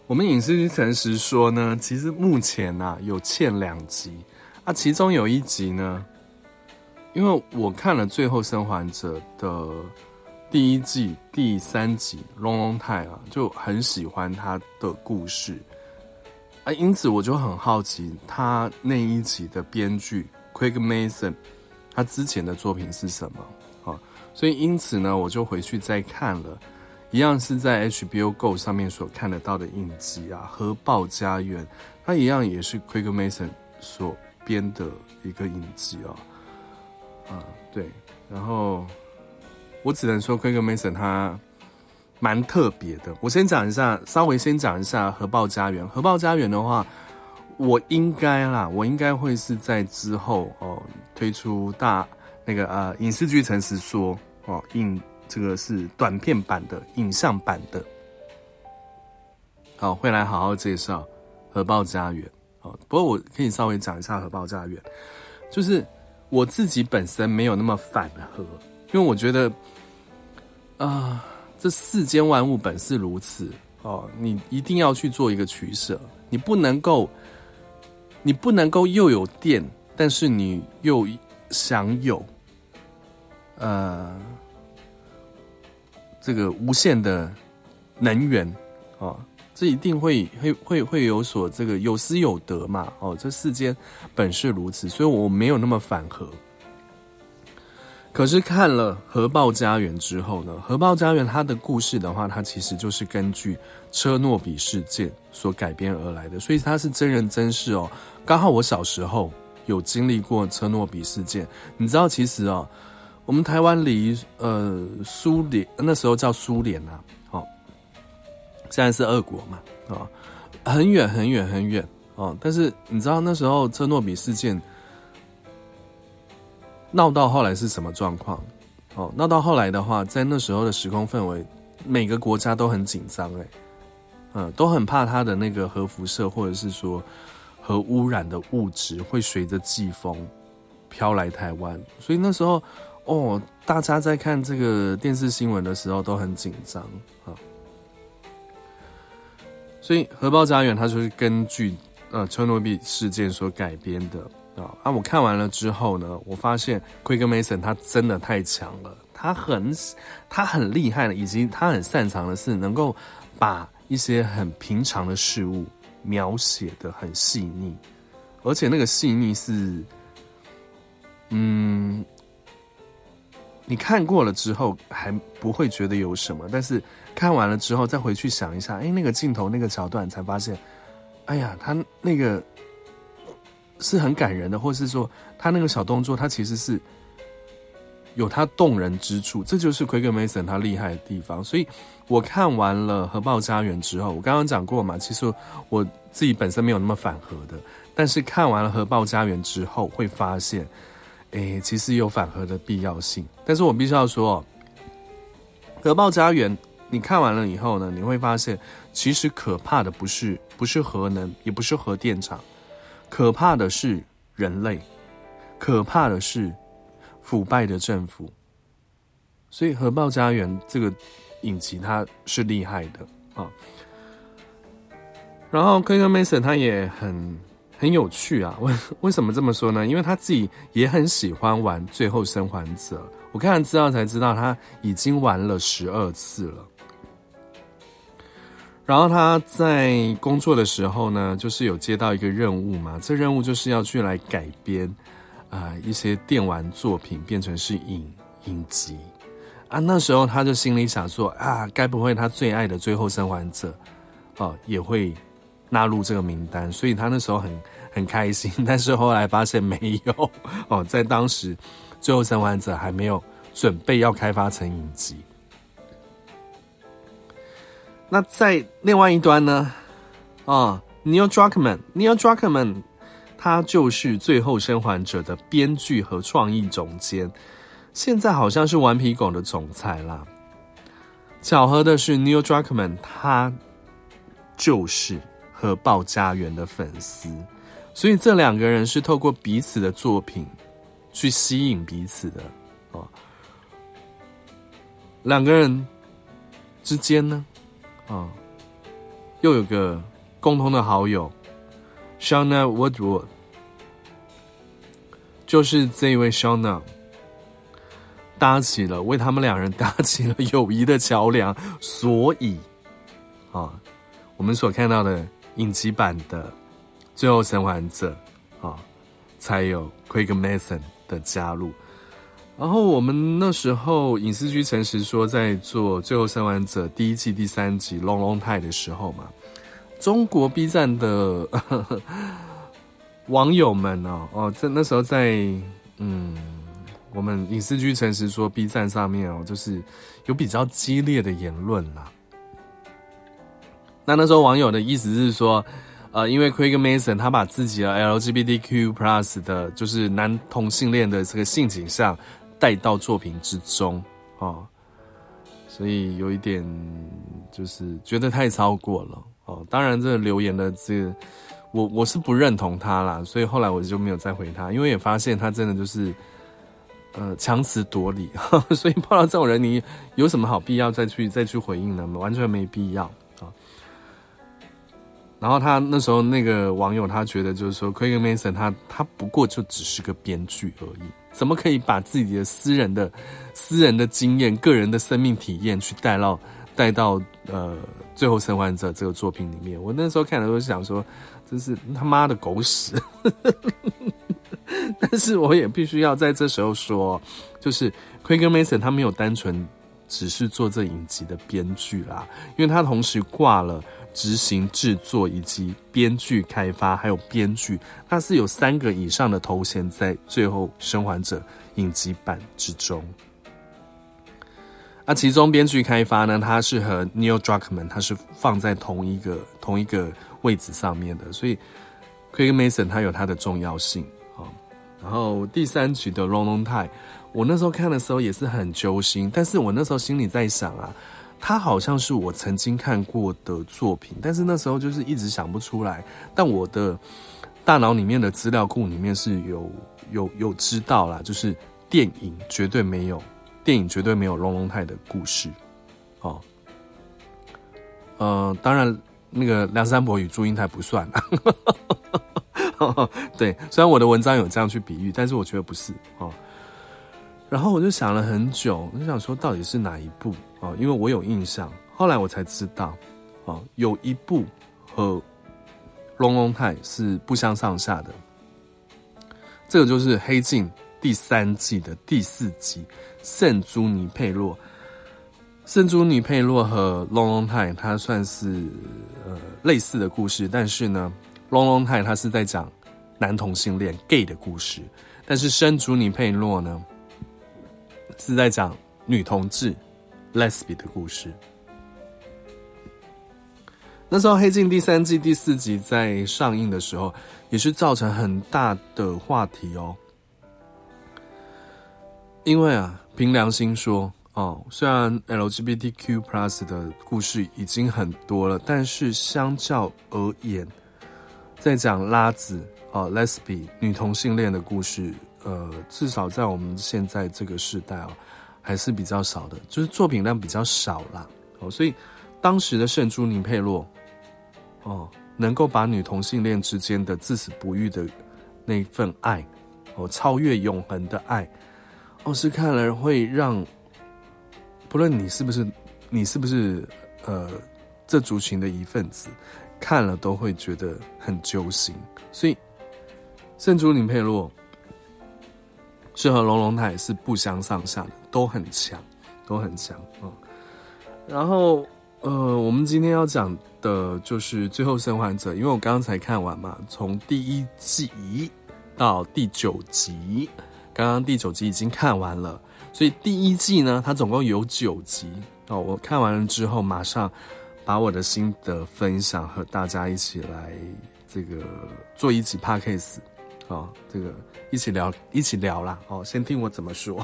我们影视剧诚实说呢，其实目前有欠2集啊，其中有1集呢，因为我看了《最后生还者》的第1季第3集龙龙泰就很喜欢他的故事啊，因此我就很好奇他那1集的编剧 Craig Mason 他之前的作品是什么所以因此呢，我就回去再看了。一样是在 HBO Go 上面所看得到的影集核爆家园，它一样也是 Craig Mason 所编的一个影集对，然后我只能说 Craig Mason 他蛮特别的。我先讲一下，稍微先讲一下核爆家园。核爆家园的话，我应该会是在之后推出影视剧诚实说这个是短片版的影像版的，会来好好介绍核爆家园。不过我可以稍微讲一下核爆家园，就是我自己本身没有那么反核，因为我觉得这世间万物本是如此你一定要去做一个取舍，你不能够又有电，但是你又享有这个无限的能源这一定会有所这个有失有得嘛这世间本是如此，所以我没有那么反核。可是看了核爆家园之后呢，核爆家园它的故事的话，它其实就是根据车诺比事件所改编而来的，所以它是真人真事刚好我小时候有经历过车诺比事件。你知道其实我们台湾离苏联那时候叫苏联现在是俄国嘛很远很远很远但是你知道那时候车诺比事件闹到后来是什么状况闹到后来的话，在那时候的时空氛围，每个国家都很紧张都很怕它的那个核辐射或者是说核污染的物质会随着季风飘来台湾，所以那时候大家在看这个电视新闻的时候都很紧张所以核爆家园它就是根据车诺比事件所改编的我看完了之后呢，我发现 Craig Mason 他真的太强了，他很厉害的，以及他很擅长的是能够把一些很平常的事物描写的很细腻，而且那个细腻是你看过了之后还不会觉得有什么，但是看完了之后再回去想一下那个镜头那个桥段，才发现哎呀他那个是很感人的，或是说他那个小动作他其实是有他动人之处，这就是 Craig Mason 他厉害的地方。所以我看完了核爆家园之后，我刚刚讲过嘛，其实我自己本身没有那么反核的，但是看完了核爆家园之后会发现其实有反核的必要性。但是我必须要说核爆家园你看完了以后呢，你会发现其实可怕的不是核能，也不是核电厂，可怕的是人类，可怕的是腐败的政府。所以核爆家园这个影集它是厉害的然后 Craig Mason 他也很有趣为什么这么说呢？因为他自己也很喜欢玩最后生还者，我看了资料才知道他已经玩了12次了。然后他在工作的时候呢，就是有接到一个任务嘛，这任务就是要去来改编一些电玩作品变成是影集那时候他就心里想说该不会他最爱的最后生还者也会纳入这个名单，所以他那时候很开心。但是后来发现没有在当时最后生还者还没有准备要开发成影集。那在另外一端呢Neil Druckmann 他就是最后生还者的编剧和创意总监，现在好像是顽皮狗的总裁啦。巧合的是 Neil Druckmann 他就是核爆家园的粉丝，所以这两个人是透过彼此的作品去吸引彼此的两个人之间呢又有个共同的好友 Shauna Woodward， 就是这一位 Shauna为他们两人搭起了友谊的桥梁，所以我们所看到的影集版的《最后生还者》才有 Craig Mason 的加入。然后我们那时候影视剧诚实说在做《最后生还者》第1季第3集 Long Long Time 的时候嘛，中国 B 站的网友们那时候在我们影视剧诚实说 B 站上面就是有比较激烈的言论啦。那时候网友的意思是说因为 Craig Mason 他把自己的 LGBTQ+ 的就是男同性恋的这个性倾向带到作品之中所以有一点就是觉得太超过了当然这个留言的这个我是不认同他啦，所以后来我就没有再回他，因为也发现他真的就是强词夺理所以碰到这种人你有什么好必要再去回应呢？完全没必要然后他那时候那个网友他觉得就是说 Craig Mason 他不过就只是个编剧而已，怎么可以把自己的私人的经验、个人的生命体验去带到最后生还者这个作品里面。我那时候看的时候想说真是他妈的狗屎但是我也必须要在这时候说，就是 Craig Mason 他没有单纯只是做这影集的编剧啦，因为他同时挂了执行制作以及编剧开发还有编剧，他是有3个以上的头衔在最后生还者影集版之中。其中编剧开发呢，他是和 Neil Druckmann 他是放在同一个位置上面的，所以 Craig Mason 他有他的重要性然后第3集的 Long Long Time 我那时候看的时候也是很揪心，但是我那时候心里在想他好像是我曾经看过的作品，但是那时候就是一直想不出来，但我的大脑里面的资料库里面是有知道啦，就是电影绝对没有 Long Long Time 的故事当然那个梁山伯与祝英台不算对，虽然我的文章有这样去比喻，但是我觉得不是然后我就想了很久，我就想说到底是哪一部因为我有印象，后来我才知道有一部和 Long Long Time 是不相上下的，这个就是黑镜第3季的第4集圣朱尼佩洛。圣朱尼佩洛和 Long Long Time 它算是类似的故事，但是呢 Long Long Time 它是在讲男同性恋 gay 的故事，但是圣朱尼佩洛呢是在讲女同志 lesbian 的故事。那时候黑镜第3季第4集在上映的时候也是造成很大的话题因为凭良心说虽然 LGBTQ+ 的故事已经很多了，但是相较而言在讲拉子lesbian 女同性恋的故事至少在我们现在这个时代还是比较少的，就是作品量比较少啦所以当时的圣朱尼佩洛能够把女同性恋之间的至死不渝的那份爱超越永恒的爱是看了会让不论你是不是这族群的一份子，看了都会觉得很揪心。所以圣朱尼佩洛是和龙龙台是不相上下的，都很强然后我们今天要讲的就是最后生还者，因为我刚刚才看完嘛，从第1季到第9集，刚刚第9集已经看完了，所以第1季呢它总共有9集我看完了之后马上把我的心得分享和大家一起来这个做一集 podcast 这个一起聊啦先听我怎么说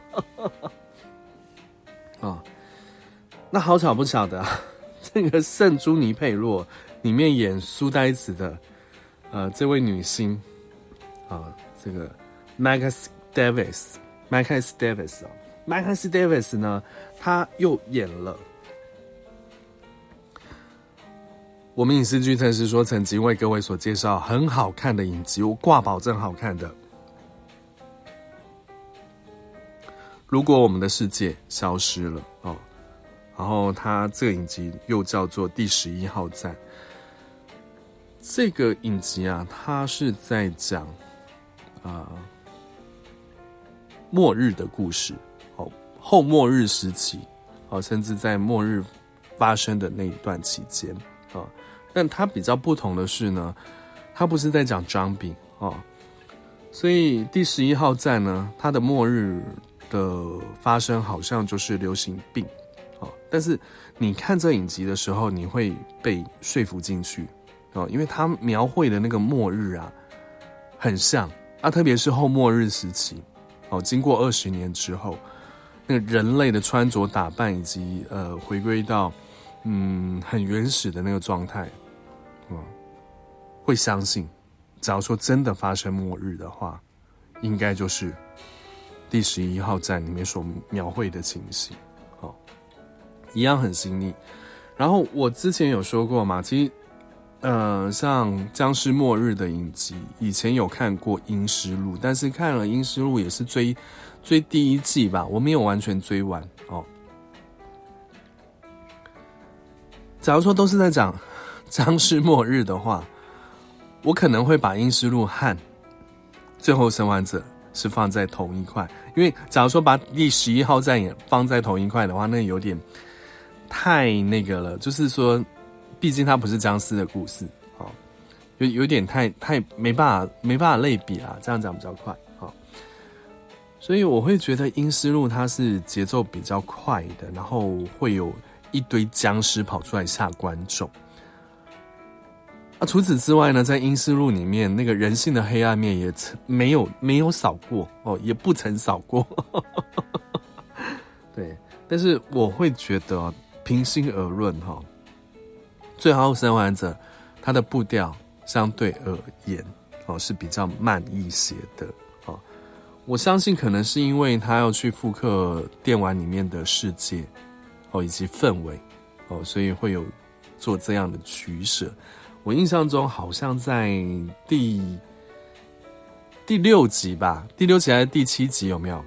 那好巧不巧的这个圣朱尼佩洛里面演书呆子的这位女星这个 Mackenzie Davis 呢，她又演了我们影视剧城是说曾经为各位所介绍很好看的影集，我挂保证好看的。如果我们的世界消失了哦，然后它这个影集又叫做第11号站。这个影集啊，它是在讲末日的故事哦，后末日时期哦，甚至在末日发生的那一段期间啊。但它比较不同的是呢，它不是在讲张炳哦，所以第11号站呢，它的末日的发生好像就是流行病哦，但是你看这影集的时候，你会被说服进去哦，因为它描绘的那个末日啊，很像啊，特别是后末日时期哦，经过20年之后，那个人类的穿着打扮以及回归到很原始的那个状态，会相信，假如说真的发生末日的话，应该就是第11号站里面所描绘的情形，哦，一样很细腻。然后我之前有说过嘛，其实像僵尸末日的影集，以前有看过《阴尸路》，但是看了《阴尸路》也是追第一季吧，我没有完全追完哦。假如说都是在讲僵尸末日的话，我可能会把《阴尸路》和《最后生还者》是放在同一块，因为假如说把第11号站也放在同一块的话，那有点太那个了，就是说毕竟它不是僵尸的故事，哦，有点太没办法类比啦，这样讲比较快，哦，所以我会觉得《阴尸路》它是节奏比较快的，然后会有一堆僵尸跑出来吓观众。除此之外呢，在《阴尸路》里面，那个人性的黑暗面也没有扫过哦，也不曾扫过。对，但是我会觉得，平心而论哈，最后生还者他的步调相对而言哦是比较慢一些的哦。我相信可能是因为他要去复刻电玩里面的世界哦以及氛围哦，所以会有做这样的取舍。我印象中好像在第6集吧，第6集还是第7集有没有？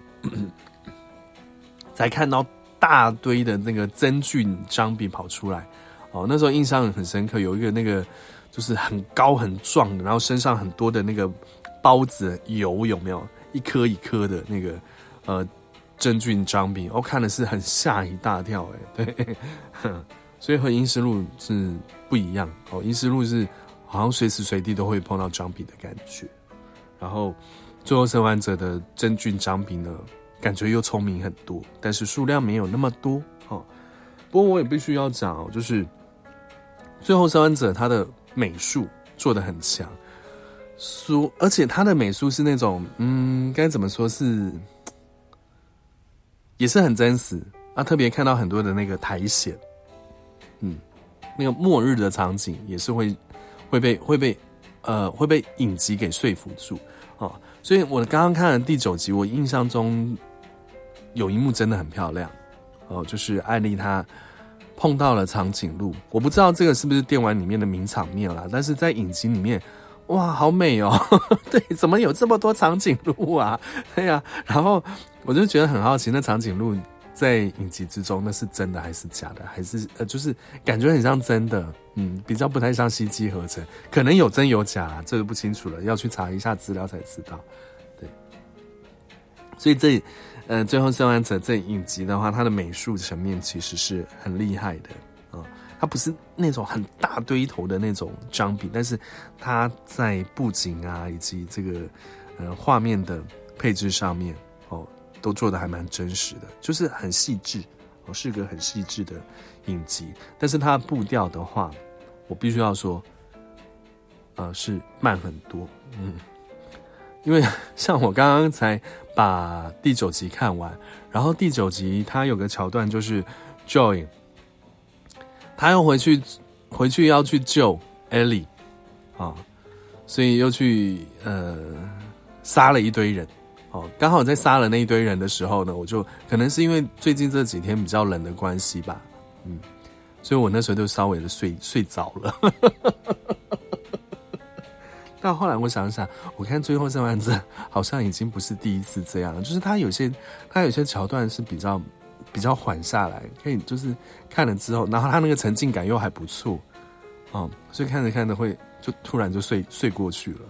才看到大堆的那个真菌张炳跑出来哦，那时候印象很深刻，有一个那个就是很高很壮的，然后身上很多的那个包子油有没有？一颗一颗的那个真菌张炳，我看的是很吓一大跳对。所以和阴尸路是不一样哦，阴尸路是好像随时随地都会碰到张炳的感觉，然后最后生还者的真菌张炳呢，感觉又聪明很多，但是数量没有那么多哦。不过我也必须要讲哦，就是最后生还者他的美术做得很强，而且他的美术是那种该怎么说是也是很真实啊，特别看到很多的那个苔藓。那个末日的场景也是会被影集给说服住哦，所以我刚刚看了第9集，我印象中有一幕真的很漂亮哦，就是艾莉她碰到了长颈鹿，我不知道这个是不是电玩里面的名场面啦，但是在影集里面，哇，好美哦！对，怎么有这么多长颈鹿啊？对呀，然后我就觉得很好奇，那长颈鹿在影集之中，那是真的还是假的？还是就是感觉很像真的，比较不太像CG合成，可能有真有假啦，这个不清楚了，要去查一下资料才知道。对，所以最后生还者这影集的话，它的美术层面其实是很厉害的啊，它不是那种很大堆头的那种张炳，但是它在布景啊以及这个画面的配置上面哦，都做得还蛮真实的，就是很细致哦，是个很细致的影集。但是它的步调的话，我必须要说，是慢很多，因为像我刚刚才把第9集看完，然后第9集它有个桥段就是 Joy， 他要回去要去救 Ellie 啊，所以又去杀了一堆人。哦，刚好在杀了那一堆人的时候呢，我就可能是因为最近这几天比较冷的关系吧， 所以我那时候就稍微的睡早了。但后来我想想，我看《最后生还者》好像已经不是第一次这样了，就是他有些桥段是比较缓下来，可以就是看了之后，然后他那个沉浸感又还不错，所以看着看着会就突然就睡过去了。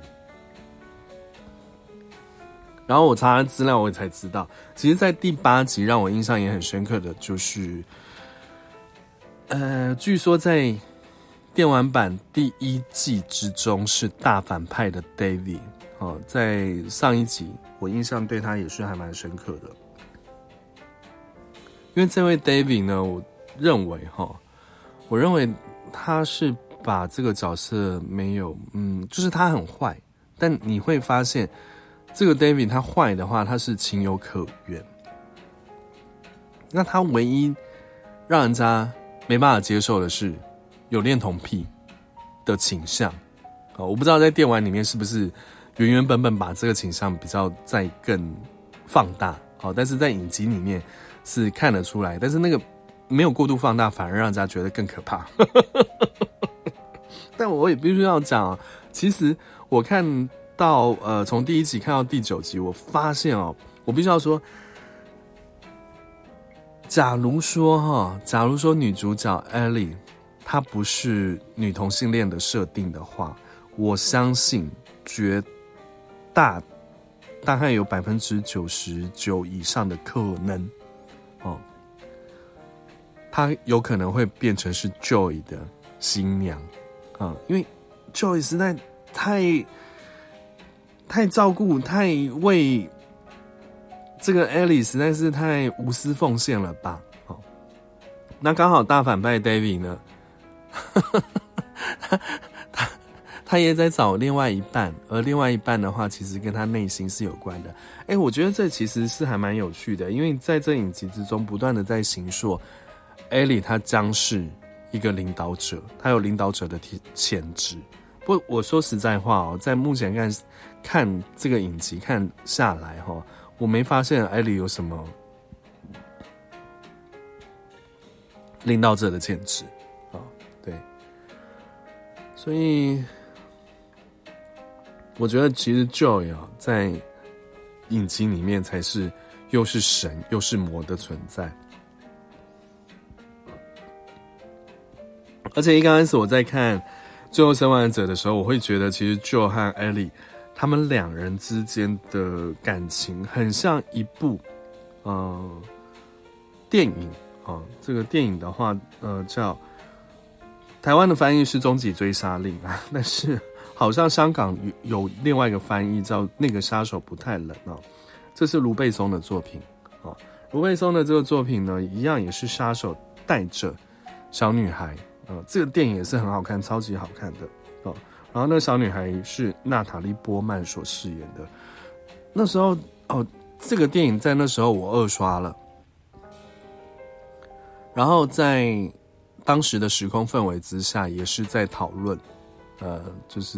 然后我查了资料，我才知道，其实在第8集让我印象也很深刻的就是，据说在电玩版第1季之中是大反派的 David， 在上一集我印象对他也是还蛮深刻的，因为这位 David 呢，我认为他是把这个角色没有，就是他很坏，但你会发现这个 David 他坏的话，他是情有可原。那他唯一让人家没办法接受的是有恋童癖的倾向，我不知道在电玩里面是不是原本把这个倾向比较再更放大，但是在影集里面是看得出来，但是那个没有过度放大，反而让人家觉得更可怕。但我也必须要讲，其实我看到从第1集看到第9集，我发现我必须要说，假如说女主角 Ellie 她不是女同性恋的设定的话，我相信大概有99%以上的可能，她有可能会变成是 Joy 的新娘，因为 Joy 实在太照顾，太为这个 Ellie 实在是太无私奉献了吧。那刚好大反派 David 呢，他也在找另外一半，而另外一半的话其实跟他内心是有关的。我觉得这其实是还蛮有趣的，因为在这影集之中不断的在形塑 Ellie 他将是一个领导者，他有领导者的潜质。不过我说实在话，在目前看这个影集看下来，我没发现艾莉有什么领导者的潜质，对，所以我觉得其实 Joy 在影集里面才是又是神又是魔的存在。而且一刚开始我在看《最后生还者》的时候，我会觉得其实 Joe 和 Ellie 他们两人之间的感情很像一部电影这个电影的话叫台湾的翻译是《终极追杀令》但是好像香港有另外一个翻译叫《那个杀手不太冷》这是卢贝松的作品卢贝松的这个作品呢，一样也是杀手带着小女孩这个电影也是很好看，超级好看的然后那个小女孩是娜塔莉波曼所饰演的。那时候这个电影在那时候我2刷了，然后在当时的时空氛围之下，也是在讨论就是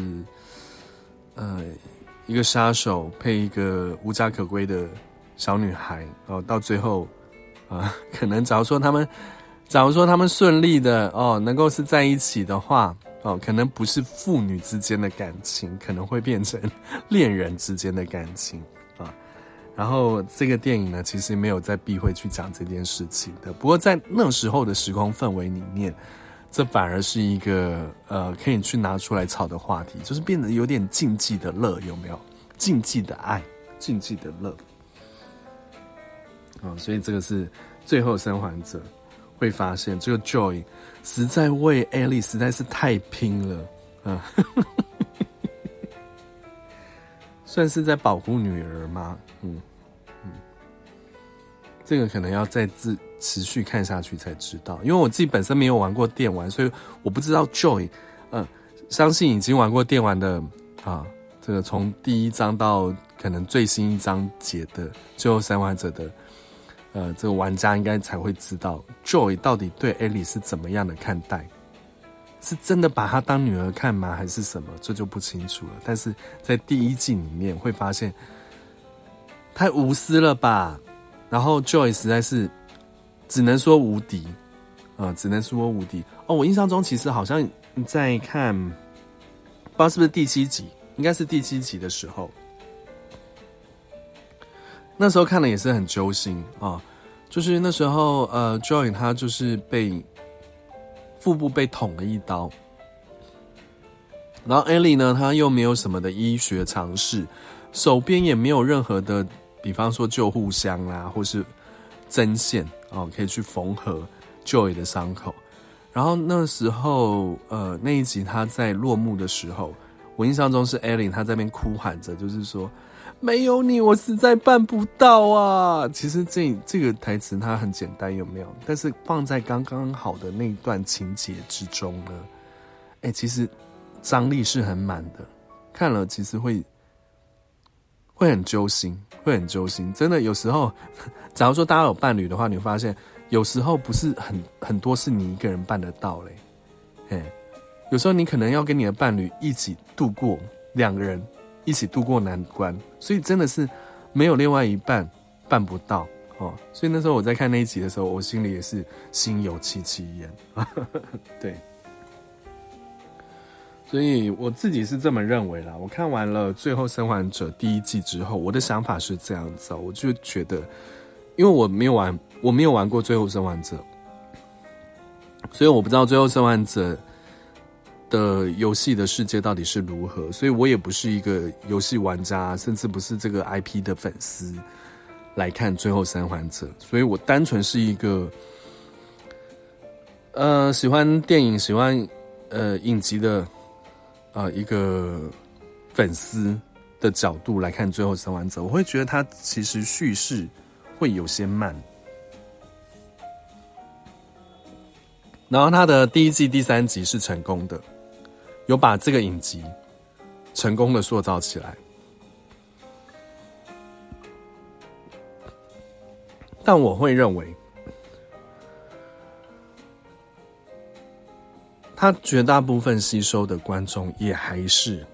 一个杀手配一个无家可归的小女孩到最后可能假如说他们顺利的能够是在一起的话可能不是父女之间的感情，可能会变成恋人之间的感情然后这个电影呢，其实没有在避讳去讲这件事情的。不过在那时候的时空氛围里面，这反而是一个可以去拿出来吵的话题，就是变得有点禁忌的乐，有没有？禁忌的爱，禁忌的乐所以这个是最后生还者会发现这个 Joy 实在为 Ellie 实在是太拼了算是在保护女儿吗？这个可能要再持续看下去才知道，因为我自己本身没有玩过电玩，所以我不知道 Joy 相信已经玩过电玩的这个从第1章到可能最新1章节的最后生还者的这个玩家应该才会知道 Joy 到底对 Ellie 是怎么样的看待，是真的把她当女儿看吗？还是什么？这就不清楚了。但是在第1季里面会发现太无私了吧，然后 Joy 实在是只能说无敌只能说无敌哦。我印象中其实好像在看，不知道是不是第7集，应该是第7集的时候，那时候看了也是很揪心啊。就是那时候Joy 他就是被腹部被捅了一刀，然后 Ellie 呢，她又没有什么的医学常识，手边也没有任何的，比方说救护箱啦，或是针线可以去缝合 Joy 的伤口。然后那时候那一集他在落幕的时候，我印象中是 Ellie 她在那边哭喊着，就是说没有你我实在办不到啊。其实这个台词它很简单有没有，但是放在刚刚好的那一段情节之中呢，其实张力是很满的，看了其实会很揪心，会很揪心。真的有时候假如说大家有伴侣的话，你会发现有时候不是很多是你一个人办得到嘞。有时候你可能要跟你的伴侣一起度过，两个人一起度过难关，所以真的是没有另外一半办不到所以那时候我在看那一集的时候，我心里也是心有戚戚焉对，所以我自己是这么认为啦。我看完了《最后生还者》第1季之后，我的想法是这样子我就觉得，因为我没有玩过《最后生还者》，所以我不知道《最后生还者》的游戏的世界到底是如何，所以我也不是一个游戏玩家，甚至不是这个 IP 的粉丝来看《最后生还者》，所以我单纯是一个喜欢电影、喜欢影集的一个粉丝的角度来看《最后生还者》，我会觉得它其实叙事会有些慢。然后它的第1季第3集是成功的，有把这个影集成功的塑造起来。但我会认为，他绝大部分吸收的观众也还是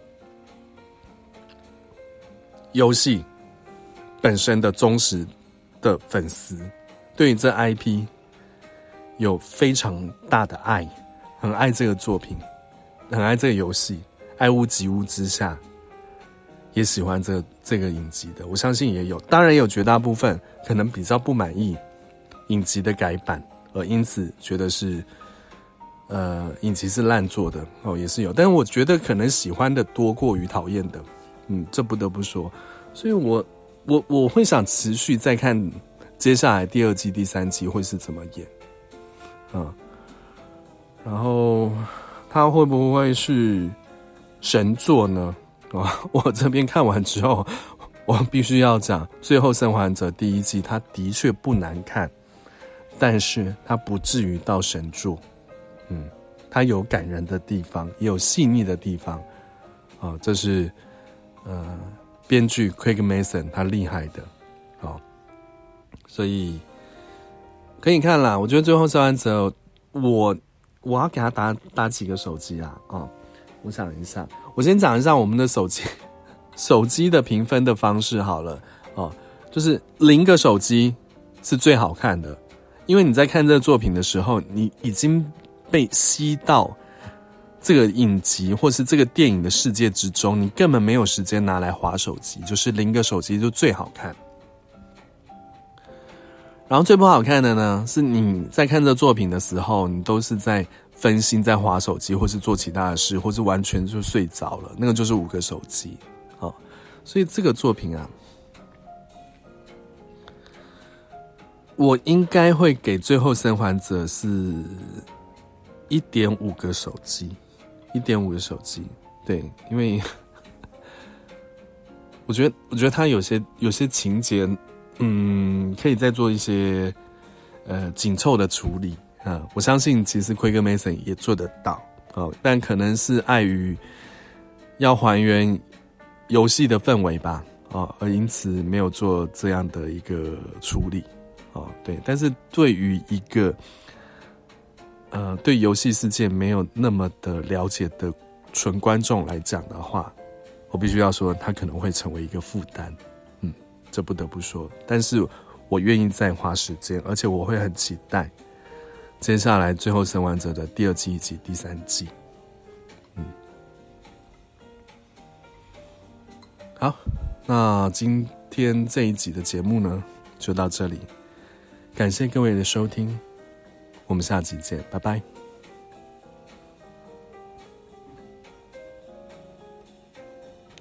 游戏本身的忠实的粉丝，对于这 IP 有非常大的爱，很爱这个作品，很爱这个游戏，爱屋及乌之下也喜欢这个影集的，我相信也有。当然也有绝大部分可能比较不满意影集的改版，而因此觉得是影集是烂做的也是有。但是我觉得可能喜欢的多过于讨厌的，这不得不说。所以我会想持续再看接下来第2季第3季会是怎么演然后它会不会是神作呢？我这边看完之后，我必须要讲《最后生还者》第1季，它的确不难看，但是它不至于到神作。它有感人的地方，也有细腻的地方这是编剧 Craig Mason 他厉害的所以可以看啦。我觉得《最后生还者》我要给他打几个手机我想一下，我先讲一下我们的手机的评分的方式好了就是0个手机是最好看的，因为你在看这个作品的时候，你已经被吸到这个影集或是这个电影的世界之中，你根本没有时间拿来滑手机，就是0个手机就最好看。然后最不好看的呢，是你在看这作品的时候，你都是在分心，在滑手机，或是做其他的事，或是完全就睡着了，那个就是5个手机所以这个作品我应该会给《最后生还者》是 1.5 个手机，1.5个手机，对，因为我觉得它有些情节可以再做一些紧凑的处理我相信其实Craig Mason也做得到但可能是碍于要还原游戏的氛围吧而因此没有做这样的一个处理对。但是对于一个对游戏世界没有那么的了解的纯观众来讲的话，我必须要说他可能会成为一个负担这不得不说。但是我愿意再花时间，而且我会很期待接下来《最后生还者》的第2季以及第3季。好，那今天这一集的节目呢，就到这里，感谢各位的收听，我们下集见，拜拜。